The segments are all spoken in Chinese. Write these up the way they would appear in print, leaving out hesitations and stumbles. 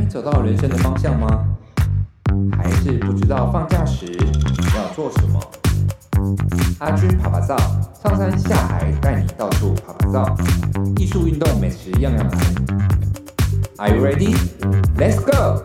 找到人生的方向吗？还是不知道放假时要做什么？阿军爬爬照，上山下海带你到处爬爬照，艺术、运动、美食样样来。Are you ready? Let's go!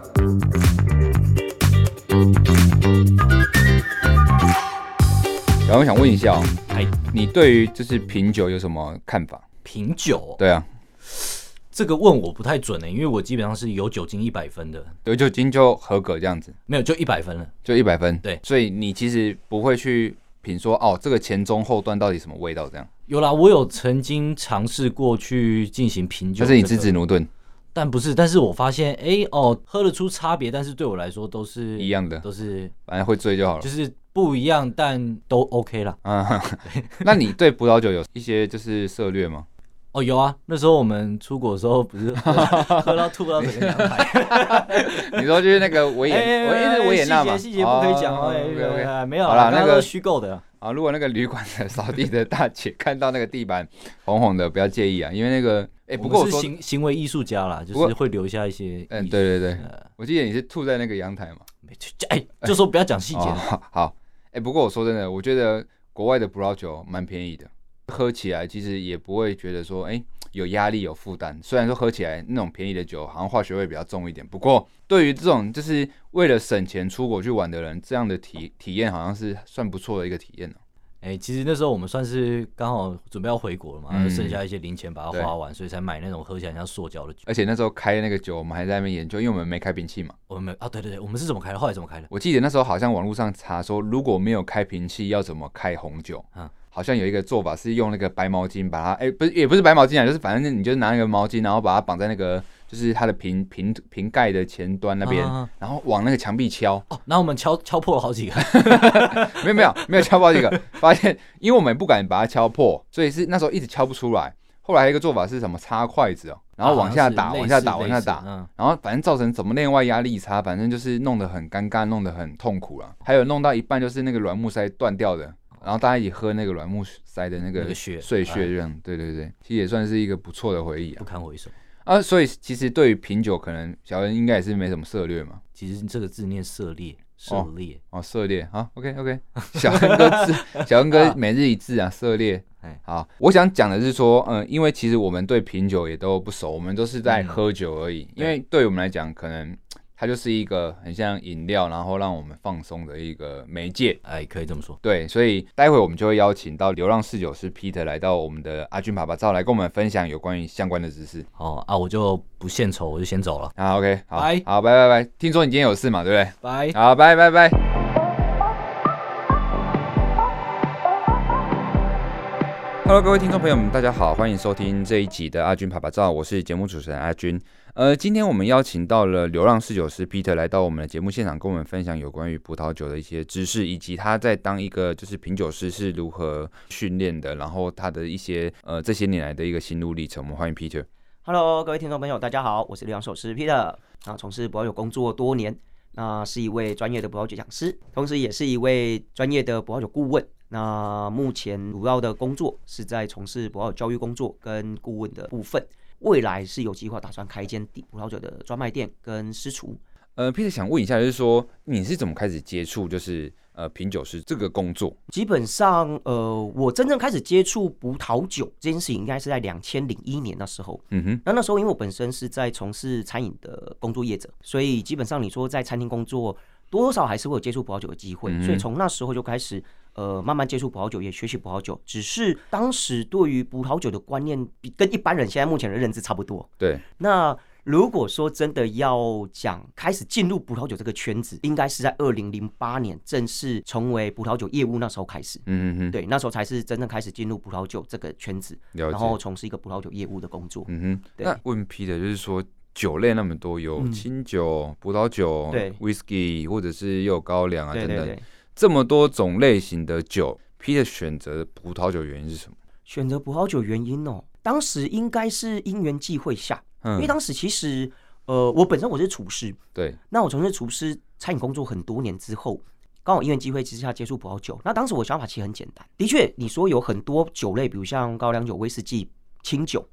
然后我想问一下哦，你对于就是品酒有什么看法？ 品酒， 对啊， 这个问我不太准因为我基本上是有酒精100分的， 有酒精就合格这样子， 没有就100分了， 就100分。 对， 所以你其实不会去品说哦，这个前中后段到底什么味道这样。 有啦，我有曾经尝试过去进行品酒， 但是你支持牛顿？ 但不是，但是我发现，喝得出差别，但是对我来说都是一样的， 都是反正会醉就好了， 就是不一样，但都 OK 啦。 那你对葡萄酒有一些就是涉略吗？ 有啊，那时候我们出国的时候不是喝到吐到整个阳台。 你说就是那个维也纳嘛？ 细节不可以讲没有好啦，那个虚构的啊。如果那个旅馆的扫地的大姐看到那个地板红红的，不要介意啊，因为那个不过我是行为艺术家啦，就是会留下一些。 对，我记得你是吐在那个阳台嘛？ 就说不要讲细节。 好，不过我说真的，我觉得国外的葡萄酒蛮便宜的。喝起来其实也不会觉得说有压力有负担，虽然说喝起来那种便宜的酒好像化学味比较重一点，不过对于这种就是为了省钱出国去玩的人，这样的体验好像是算不错的一个体验其实那时候我们算是刚好准备要回国了嘛，剩下一些零钱把它花完，所以才买那种喝起来像塑胶的酒。 而且那时候开那个酒，我们还在那边研究，因为我们没开瓶器嘛。 我们没对，我们是怎么开的？后来怎么开的？ 我记得那时候好像网络上查说，如果没有开瓶器，要怎么开红酒？好像有一个做法是用那个白毛巾把它，也不是白毛巾啊，就是反正你就拿那个毛巾，然后把它绑在那个就是它的瓶盖的前端那边，然后往那个墙壁敲。 然后我们敲破了好几个。 没有敲破好几个，发现因为我们不敢把它敲破，所以是那时候一直敲不出来。后来还有一个做法是什么？插筷子然后往下打，往下打，然后反正造成什么内外压力差，反正就是弄得很尴尬，弄得很痛苦了。还有弄到一半就是那个软木塞断掉的。然后大家一起喝那个软木塞的那个碎屑这样，对，其实也算是一个不错的回忆不堪回首所以其实对于品酒，可能小恩应该也是没什么涉猎嘛。 其实这个字念涉猎， 涉猎好 ，OK， 小恩哥每日一字啊，涉猎。好，我想讲的是说，因为其实我们对品酒也都不熟，我们都是在喝酒而已。因为对我们来讲，可能它就是一个很像饮料，然后让我们放松的一个媒介， 可以这么说。 对，所以待会我们就会邀请到流浪侍酒师 Peter 来到我们的阿军爬爬照，来跟我们分享有关于相关的知识。 我就不献丑，我就先走了。 OK， 好，拜。听说你今天有事嘛，对不对？ 拜。 好，拜。Hello， 各位听众朋友们，大家好，欢迎收听这一集的阿军爬爬照，我是节目主持人阿军。今天我们邀请到了流浪侍酒师 Peter 来到我们的节目现场，跟我们分享有关于葡萄酒的一些知识，以及他在当一个就是品酒师是如何训练的，然后他的一些这些年来的一个心路历程。我们欢迎 Peter。Hello， 各位听众朋友，大家好，我是流浪侍酒师 Peter。从事葡萄酒工作多年，是一位专业的葡萄酒讲师，同时也是一位专业的葡萄酒顾问。目前主要的工作是在从事葡萄酒教育工作跟顾问的部分，未来是有计划打算开一间葡萄酒的专卖店跟私厨。 Peter 想问一下，就是说你是怎么开始接触就是品酒师这个工作？ 基本上我真正开始接触葡萄酒这件事情，应该是在2001年那时候。那时候因为我本身是在从事餐饮的工作业者，所以基本上你说在餐厅工作，多少还是会有接触葡萄酒的机会。所以从那时候就开始慢慢接触葡萄酒，也学习葡萄酒。只是当时对于葡萄酒的观念跟一般人现在目前的认知差不多。 对。 那如果说真的要讲开始进入葡萄酒这个圈子，应该是在2008年正式成为葡萄酒业务那时候开始。对，那时候才是真正开始进入葡萄酒这个圈子，然后从事一个葡萄酒业务的工作。 那问 Peter 就是说，酒类那么多，有清酒、葡萄酒、whisky， 或者是又有高粱等等，这么多种类型的酒 ，Peter 选择葡萄酒原因是什么？ 选择葡萄酒原因当时应该是因缘际会下。因为当时其实，我本身我是厨师， 对， 那我从事厨师餐饮工作很多年之后，刚好因缘机会之下接触葡萄酒。那当时我想法其实很简单，的确，你说有很多酒类，比如像高粱酒、威士忌、清酒，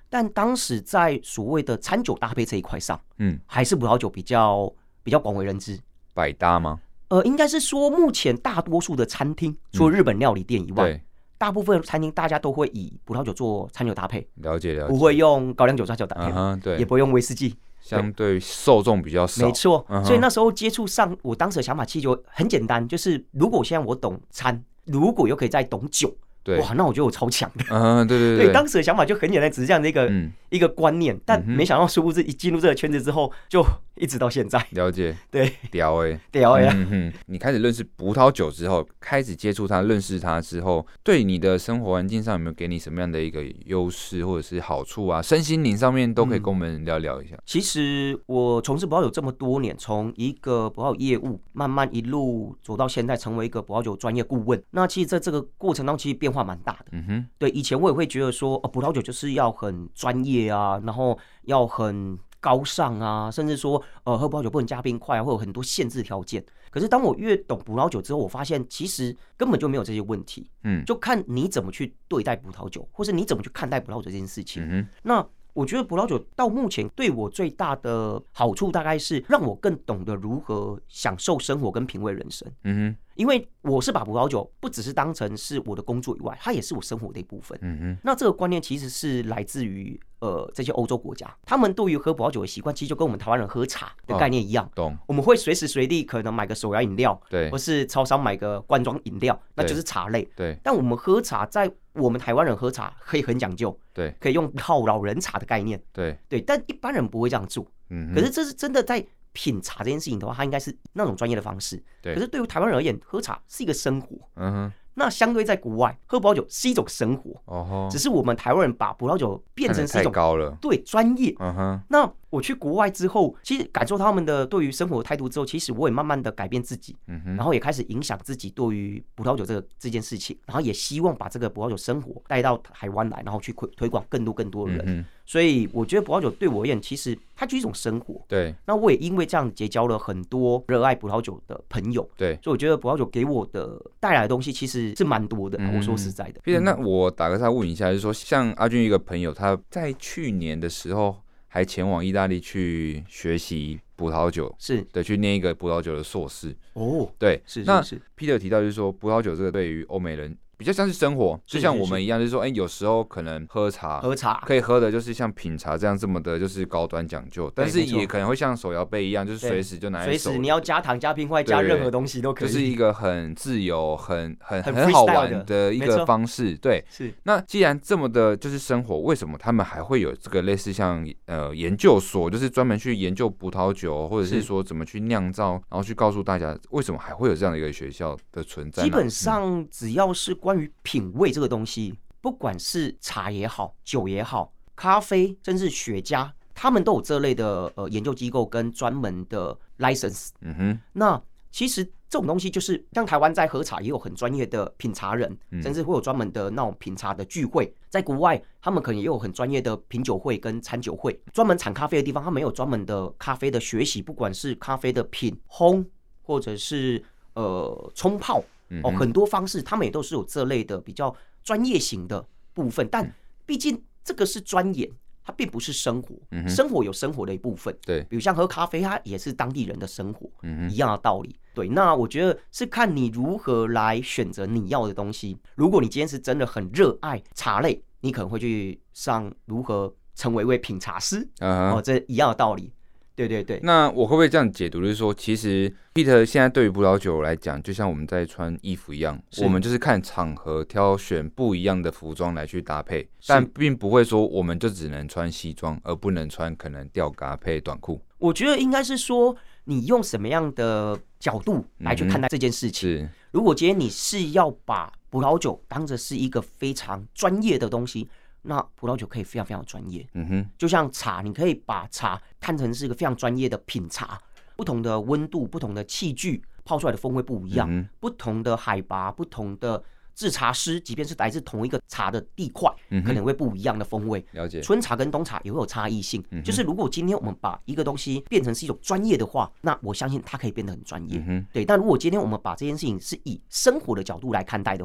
但当时在所谓的餐酒搭配这一块上，还是葡萄酒比较广为人知。 百搭吗？ 应该是说目前大多数的餐厅，除了日本料理店以外，大部分餐厅大家都会以葡萄酒做餐酒搭配。 了解。 不会用高粱酒、餐酒搭配， 对， 也不会用威士忌。 相对受众比较少， 没错。所以那时候接触上，我当时的想法其实就很简单，就是如果现在我懂餐，如果又可以再懂酒，哇，那我觉得我超强的。对，当时的想法就很简单，只是这样的一个观念，但没想到殊不知一进入这个圈子之后，就一直到现在。 了解， 对， 屌欸。你开始认识葡萄酒之后，开始接触它、认识它之后，对你的生活环境上有没有给你什么样的一个优势或者是好处啊？身心灵上面都可以跟我们聊聊一下。 其实我从事葡萄酒这么多年，从一个葡萄酒业务慢慢一路走到现在，成为一个葡萄酒专业顾问。那其实在这个过程当中，其实变化蛮大的。对，以前我也会觉得说，葡萄酒就是要很专业啊，然后要很高尚啊，甚至说喝葡萄酒不能加冰块啊，会有很多限制条件。可是当我越懂葡萄酒之后，我发现其实根本就没有这些问题。就看你怎么去对待葡萄酒，或是你怎么去看待葡萄酒这件事情。那我觉得葡萄酒到目前对我最大的好处，大概是让我更懂得如何享受生活跟品味人生。因为我是把葡萄酒不只是当成是我的工作以外，它也是我生活的一部分。那这个观念其实是来自于这些欧洲国家，他们对于喝葡萄酒的习惯，其实就跟我们台湾人喝茶的概念一样。 懂。 我们会随时随地可能买个手摇饮料，对，或是超商买个罐装饮料，那就是茶类。 对。 但我们喝茶，在我们台湾人喝茶可以很讲究， 对， 可以用泡老人茶的概念， 对， 但一般人不会这样做。可是这是真的在品茶这件事情的话，它应该是那种专业的方式。可是对于台湾人而言，喝茶是一个生活。那相对在国外，喝葡萄酒是一种生活。只是我们台湾人把葡萄酒变成是一种太高了， 对，专业。那我去国外之后，其实感受他们的对于生活的态度之后，其实我也慢慢的改变自己，然后也开始影响自己对于葡萄酒这件事情，然后也希望把这个葡萄酒生活带到台湾来，然后去推广更多的人。所以我觉得葡萄酒对我而言，其实它就是一种生活。 对。 那我也因为这样结交了很多热爱葡萄酒的朋友。 对。 所以我觉得葡萄酒给我的带来的东西其实是蛮多的。我说实在的。 Peter，那我打个岔问一下，就是说，像阿军一个朋友，他在去年的时候还前往意大利去学习葡萄酒， 是对，去念一个葡萄酒的硕士。 对， 那 Peter 提到就是说，葡萄酒这个对于欧美人比较像是生活，就像我们一样，就是说，有时候可能喝茶可以喝的就是像品茶这样这么的，就是高端讲究，但是也可能会像手摇杯一样，就是随时就拿在手， 随时你要加糖、加冰块、加任何东西都可以， 就是一个很自由、很好玩的一个方式。对， 是。 那既然这么的就是生活，为什么他们还会有这个类似像研究所，就是专门去研究葡萄酒，或者是说怎么去酿造，然后去告诉大家为什么还会有这样的一个学校的存在？ 基本上只要是关于品味这个东西，不管是茶也好、酒也好、咖啡，甚至雪茄，他们都有这类的研究机构跟专门的 license。那其实这种东西就是像台湾在喝茶也有很专业的品茶人，甚至会有专门的那种品茶的聚会。在国外，他们可能也有很专业的品酒会跟餐酒会。专门产咖啡的地方，他们也有专门的咖啡的学习，不管是咖啡的品、烘，或者是冲泡。很多方式，他们也都是有这类的比较专业型的部分，但毕竟这个是钻研，它并不是生活。生活有生活的一部分， 对， 比如像喝咖啡，它也是当地人的生活，一样的道理。对，那我觉得是看你如何来选择你要的东西。如果你今天是真的很热爱茶类，你可能会去上如何成为一位品茶师，这一样的道理。对。 那我会不会这样解读，就是说，其实 Peter 现在对于葡萄酒来讲，就像我们在穿衣服一样，我们就是看场合挑选不一样的服装来去搭配，但并不会说我们就只能穿西装，而不能穿可能吊嘎配短裤。 我觉得应该是说，你用什么样的角度来去看待这件事情。如果今天你是要把葡萄酒当成是一个非常专业的东西，那葡萄酒可以非常非常专业。就像茶，你可以把茶看成是一个非常专业的品茶，不同的温度、不同的器具泡出来的风味不一样，不同的海拔、不同的制茶师，即便是来自同一个茶的地块，可能会不一样的风味。 了解。 春茶跟冬茶也会有差异性。就是如果今天我们把一个东西变成是一种专业的话，那我相信它可以变得很专业。对。但如果今天我们把这件事情是以生活的角度来看待的话，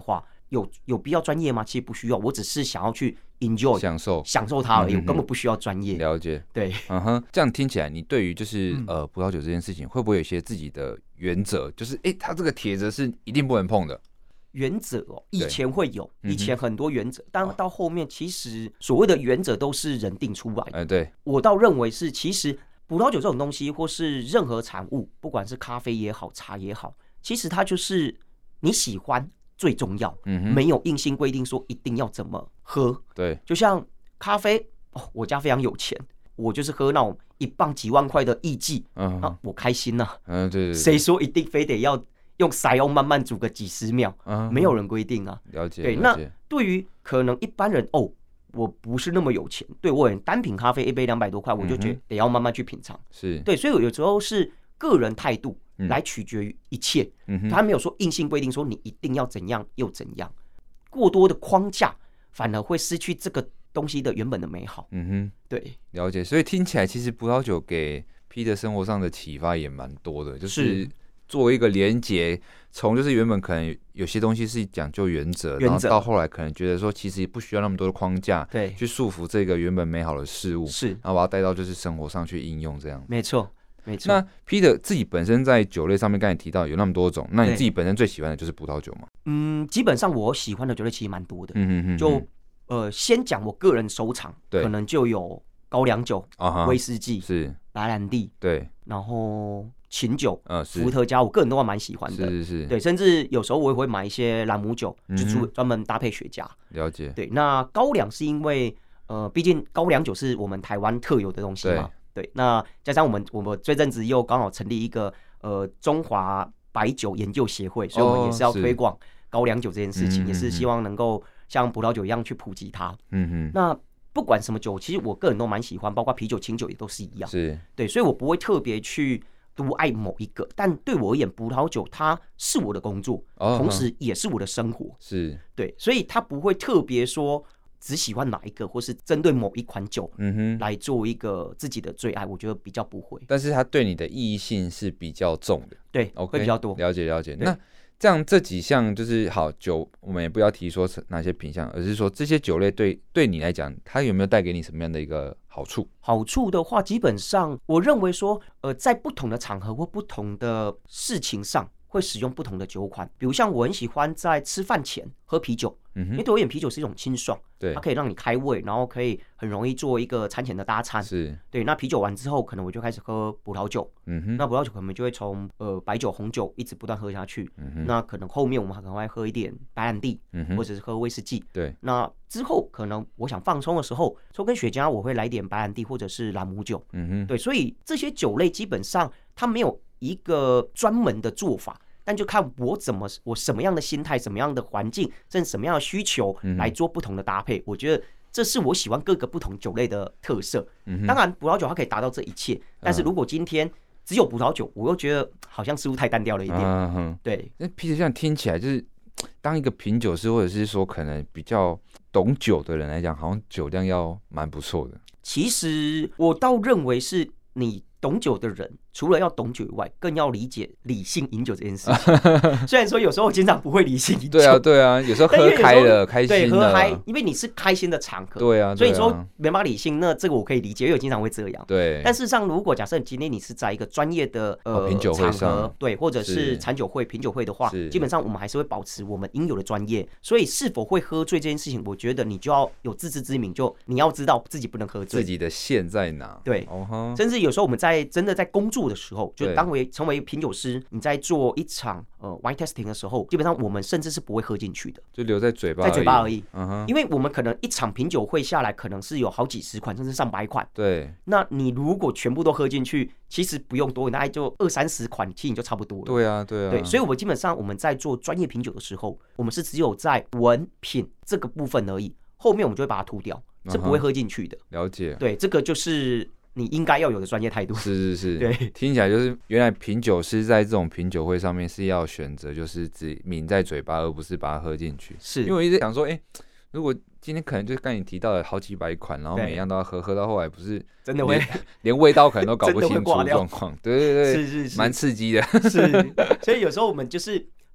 有必要专业吗？其实不需要，我只是想要去 enjoy 享受它而已，我根本不需要专业。 了解， 对， 这样听起来，你对于就是葡萄酒这件事情，会不会有一些自己的原则？就是它这个铁则是一定不能碰的。 原则以前会有，以前很多原则，但到后面其实所谓的原则都是人定出来的。 对， 我倒认为是，其实葡萄酒这种东西，或是任何产物，不管是咖啡也好，茶也好，其实它就是你喜欢最重要，没有硬性规定说一定要怎么喝。 对， 就像咖啡，我家非常有钱，我就是喝那种1磅几万块的艺妓，我开心呐。 对， 谁说一定非得要用筛用慢慢煮个几十秒？没有人规定啊。 了解。 对，那对于可能一般人，我不是那么有钱，对我单品咖啡一杯200多块，我就觉得得要慢慢去品尝。 是对，所以有时候是个人态度来取决于一切，他没有说硬性规定说你一定要怎样又怎样，过多的框架反而会失去这个东西的原本的美好。对， 了解。所以听起来，其实葡萄酒给 Peter 生活上的启发也蛮多的，就是作为一个连结，从就是原本可能有些东西是讲究原则，然后到后来可能觉得说，其实不需要那么多的框架， 对， 去束缚这个原本美好的事物， 是， 然后把它带到就是生活上去应用，这样。 没错。 那 Peter 自己本身在酒类上面，刚才提到有那么多种，那你自己本身最喜欢的就是葡萄酒吗？ 基本上我喜欢的酒类其实蛮多的。就先讲我个人收藏，可能就有高粱酒、威士忌、是白兰地，对，然后琴酒、伏特加，我个人都蛮喜欢的。是，对，甚至有时候我也会买一些朗姆酒，就专门搭配雪茄。了解。对，那高粱是因为毕竟高粱酒是我们台湾特有的东西嘛。对，那加上我们这阵子又刚好成立一个中华白酒研究协会，所以我们也是要推广高粱酒这件事情，也是希望能够像葡萄酒一样去普及它。那不管什么酒，其实我个人都蛮喜欢，包括啤酒、清酒也都是一样。是，对，所以我不会特别去独爱某一个，但对我而言，葡萄酒它是我的工作，同时也是我的生活。是，对，所以它不会特别说只喜欢哪一个，或是针对某一款酒来做一个自己的最爱，我觉得比较不会。但是它对你的意义性是比较重的，对，会比较多。了解了解。那这样这几项就是好酒，我们也不要提说哪些品项，而是说这些酒类对你来讲，它有没有带给你什么样的一个好处？好处的话，基本上我认为说，在不同的场合或不同的事情上，会使用不同的酒款。比如像我很喜欢在吃饭前喝啤酒，因为对我而言啤酒是一种清爽，对，它可以让你开胃，然后可以很容易做一个餐前的搭餐。是，对。那啤酒完之后，可能我就开始喝葡萄酒，那葡萄酒可能就会从白酒、红酒一直不断喝下去。那可能后面我们可能会喝一点白兰地，或者是喝威士忌。对。那之后可能我想放松的时候，抽根雪茄，我会来点白兰地或者是朗姆酒。对。所以这些酒类基本上它没有一个专门的做法。但就看我什么样的心态、什么样的环境，甚至什么样的需求来做不同的搭配。我觉得这是我喜欢各个不同酒类的特色。当然，葡萄酒它可以达到这一切，但是如果今天只有葡萄酒，我又觉得好像似乎太单调了一点。对，那皮特这样听起来，就是当一个品酒师，或者是说可能比较懂酒的人来讲，好像酒量要蛮不错的。其实我倒认为是你懂酒的人，除了要懂酒以外，更要理解理性饮酒这件事情。虽然说有时候我经常不会理性饮酒，对啊，有时候喝开了，开心了，对，喝嗨，因为你是开心的场合，对啊，所以说没办法理性，那这个我可以理解，因为我经常会这样。对，但事实上，如果假设今天你是在一个专业的品酒会上，对，或者是产酒会、品酒会的话，基本上我们还是会保持我们应有的专业。所以是否会喝醉这件事情，我觉得你就要有自知之明，就你要知道自己不能喝醉，自己的线在哪。对，甚至有时候我们真的在工作的时候，就成为品酒师，你在做一场wine testing 的时候，基本上我们甚至是不会喝进去的，就留在嘴巴而已。因为我们可能一场品酒会下来，可能是有好几十款，甚至上百款。对，那你如果全部都喝进去，其实不用多，大概就20-30款，其实你就差不多了。对啊，对啊。对，所以我们基本上我们在做专业品酒的时候，我们是只有在闻品这个部分而已，后面我们就会把它吐掉，是不会喝进去的。了解。对，这个就是你应该要有的专业态度。是是是，对，听起来就是原来品酒师在这种品酒会上面是要选择就是只抿在嘴巴，而不是把它喝进去。是，因为我一直想说，如果今天可能就刚才你提到的好几百款，然后每样都要喝到后来不是真的会连味道可能都搞不清楚状况。对对对，是是是，蛮刺激的。是，所以有时候我们就是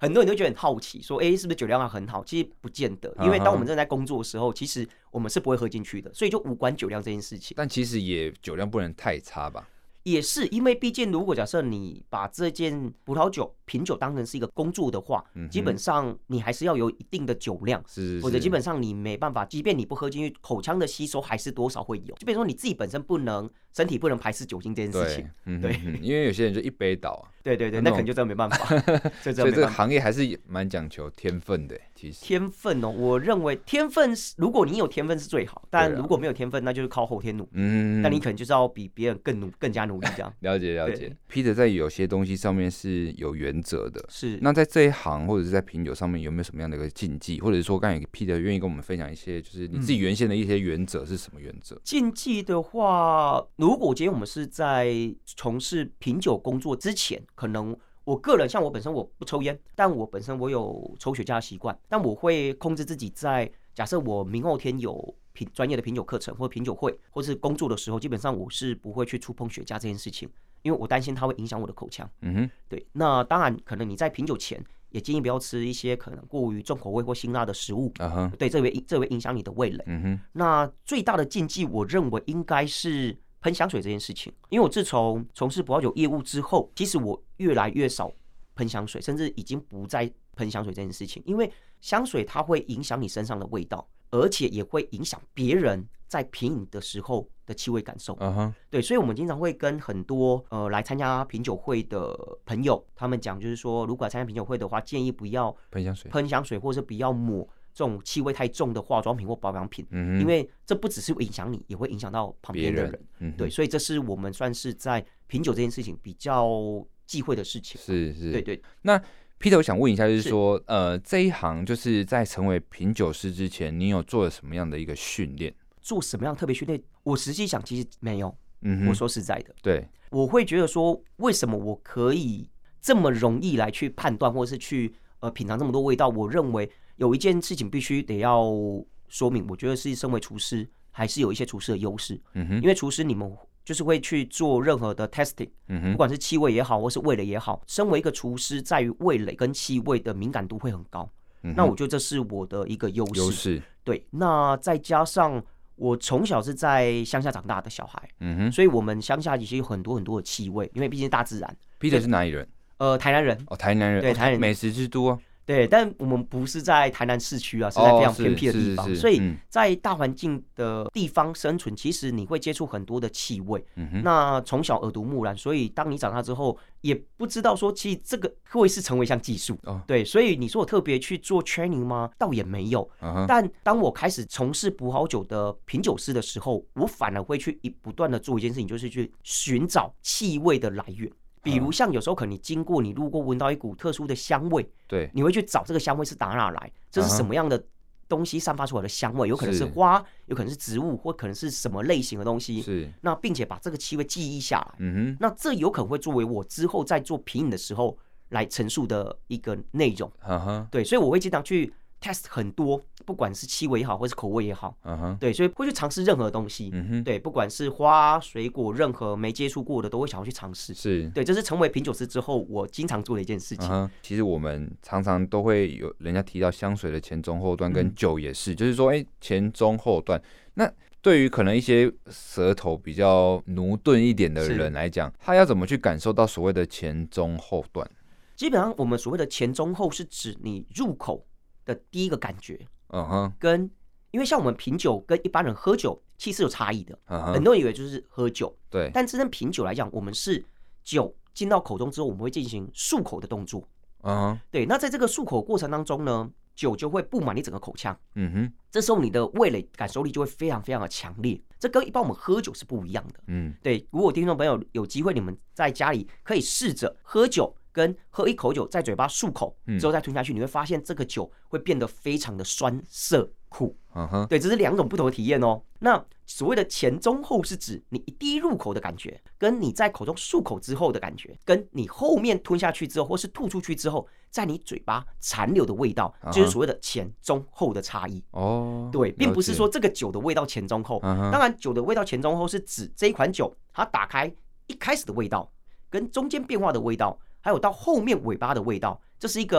很多人都觉得很好奇，说是不是酒量很好？其实不见得，因为当我们正在工作的时候，其实我们是不会喝进去的，所以就无关酒量这件事情。 但其实也酒量不能太差吧？ 也是因为毕竟如果假设你把这件葡萄酒品酒当成是一个工作的话，基本上你还是要有一定的酒量，或者基本上你没办法，即便你不喝进去，口腔的吸收还是多少会有。就比如说你自己本身身体不能排斥酒精这件事情，对， 因为有些人就一杯倒啊。 对，那可能就真的没办法。所以这个行业还是蛮讲求天分的，其实。 天分我认为天分如果你有天分是最好，但如果没有天分，那就是靠后天努。那你可能就是要比别人更加努力这样。 了解。Peter 在有些东西上面是有原则的， 是。 那在这一行或者是在品酒上面有没有什么样的一个禁忌，或者是说刚才 Peter 愿意跟我们分享一些，就是你自己原先的一些原则是什么原则？ 禁忌的话，如果今天我们是在从事品酒工作之前，可能我个人像我本身我不抽烟，但我本身我有抽雪茄的习惯，但我会控制自己在假设我明后天有专业的品酒课程或品酒会或是工作的时候，基本上我是不会去触碰雪茄这件事情，因为我担心它会影响我的口腔。对。那当然，可能你在品酒前也建议不要吃一些可能过于重口味或辛辣的食物，对，这会影响你的味蕾。那最大的禁忌，我认为应该是喷香水这件事情，因为我自从从事葡萄酒业务之后，其实我越来越少喷香水，甚至已经不再喷香水这件事情，因为香水它会影响你身上的味道，而且也会影响别人在品饮的时候的气味感受。对，所以我们经常会跟很多来参加品酒会的朋友，他们讲就是说，如果来参加品酒会的话，建议不要喷香水，或者是不要抹这种气味太重的化妆品或保养品，因为这不只是影响你，也会影响到旁边的人。对，所以这是我们算是在品酒这件事情比较忌讳的事情。 是， 对。 那 Peter 我想问一下，就是说，这一行就是在成为品酒师之前，你有做了什么样的一个训练？ 做什么样特别训练？我实际想其实没有。我说实在的， 对，我会觉得说，为什么我可以这么容易来去判断，或是去品尝这么多味道？我认为有一件事情必须得要说明，我觉得是身为厨师还是有一些厨师的优势。因为厨师你们就是会去做任何的 testing，不管是气味也好，或是味蕾也好。身为一个厨师，在于味蕾跟气味的敏感度会很高。那我觉得这是我的一个优势。对，那再加上我从小是在乡下长大的小孩，所以我们乡下其实有很多很多的气味，因为毕竟是大自然。 Peter 是哪里人？ 台南人。 台南人。 对，台南人， 美食之都啊。 对，但我们不是在台南市区啊，是在非常偏僻的地方，所以在大环境的地方生存，其实你会接触很多的气味。那从小耳濡目染，所以当你长大之后，也不知道说其实这个会是成为一项技术。对，所以你说我特别去做 training 吗？倒也没有。但当我开始从事葡萄酒的品酒师的时候，我反而会去不断的做一件事情，就是去寻找气味的来源。比如像有时候可能你路过闻到一股特殊的香味， 对， 你会去找这个香味是哪来，这是什么样的东西散发出来的香味，有可能是花，有可能是植物，或可能是什么类型的东西。是，那并且把这个气味记忆下来，那这有可能会作为我之后在做品饮的时候来陈述的一个内容。对，所以我会经常去test 很多，不管是气味也好，或是口味也好，对，所以会去尝试任何东西，对，不管是花、水果，任何没接触过的都会想要去尝试， 是对，这是成为品酒师之后我经常做的一件事情。 其实我们常常都会有人家提到香水的前中后段，跟酒也是，就是说，前中后段。那对于可能一些舌头比较驽钝一点的人来讲，他要怎么去感受到所谓的前中后段？ 基本上我们所谓的前中后是指你入口的第一个感觉，跟因为像我们品酒跟一般人喝酒其实有差异的，很多人以为就是喝酒， 对， 但真正品酒来讲，我们是酒进到口中之后，我们会进行漱口的动作，对，那在这个漱口过程当中呢，酒就会布满你整个口腔，这时候你的味蕾感受力就会非常非常的强烈，这跟一般我们喝酒是不一样的，对，如果听众朋友有机会，你们在家里可以试着喝酒。跟喝一口酒在嘴巴漱口之后再吞下去，你会发现这个酒会变得非常的酸涩苦，对，这是两种不同的体验哦。那所谓的前中后是指你第一入口的感觉，跟你在口中漱口之后的感觉，跟你后面吞下去之后或是吐出去之后，在你嘴巴残留的味道，就是所谓的前中后的差异。对，并不是说这个酒的味道前中后，当然酒的味道前中后是指这一款酒它打开一开始的味道，跟中间变化的味道。还有到后面尾巴的味道，这是一个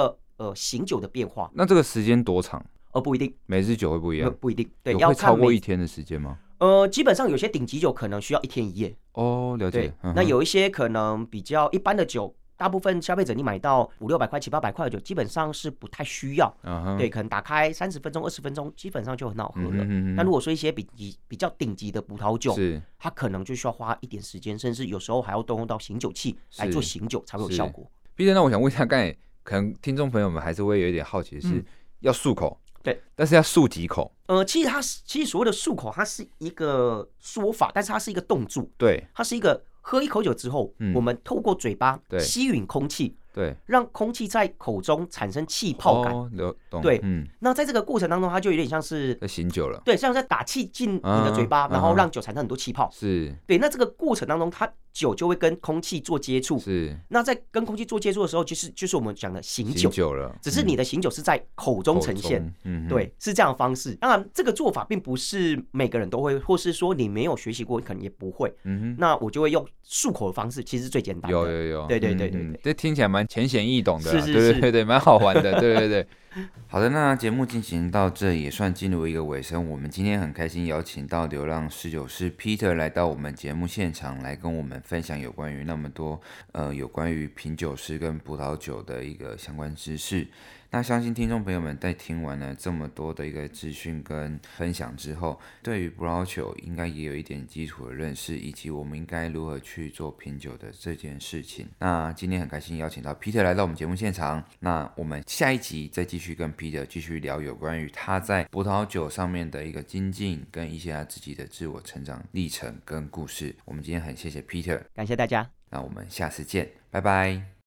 醒酒的变化。 那这个时间多长？ 不一定， 每支酒会不一样， 不一定，对， 会超过1天的时间吗？ 基本上有些顶级酒可能需要1天1夜。 哦，了解。 那有一些可能比较一般的酒，大部分消费者你买到500-600块、700-800块的酒，基本上是不太需要。对，可能打开30分钟、20分钟，基本上就很好喝了。那如果说一些比较顶级的葡萄酒，它可能就需要花一点时间，甚至有时候还要动用到醒酒器来做醒酒才会有效果。 Peter，那我想问一下，刚才可能听众朋友们还是会有一点好奇的是，要漱口。 对， 但是要漱几口？ 其实所谓的漱口，它是一个说法，但是它是一个动作。 对， 它是一个喝一口酒之后，我们透过嘴巴吸吮空气， 对， 让空气在口中产生气泡感。对，那在这个过程当中，它就有点像是在醒酒了。 对，像在打气进你的嘴巴，然后让酒产生很多气泡。 是， 对，那这个过程当中，它酒就会跟空气做接触。 是， 那在跟空气做接触的时候，就是我们讲的醒酒了。 只是你的醒酒是在口中呈现。对，是这样的方式。当然，这个做法并不是每个人都会，或是说你没有学习过，可能也不会。那我就会用漱口的方式，其实是最简单的。 有， 对， 这听起来蛮浅显易懂的。 是， 对，蛮好玩的。对。好的，那节目进行到这也算进入一个尾声。我们今天很开心邀请到流浪侍酒师 Peter 来到我们节目现场，来跟我们分享有关于那么多有关于品酒师跟葡萄酒的一个相关知识。那相信听众朋友们在听完了这么多的一个资讯跟分享之后，对于葡萄酒应该也有一点基础的认识，以及我们应该如何去做品酒的这件事情。那今天很开心邀请到 Peter 来到我们节目现场，那我们下一集再继续跟 Peter 继续聊有关于他在葡萄酒上面的一个精进跟一些他自己的自我成长历程跟故事。我们今天很谢谢 Peter， 感谢大家， 那我们下次见，拜拜。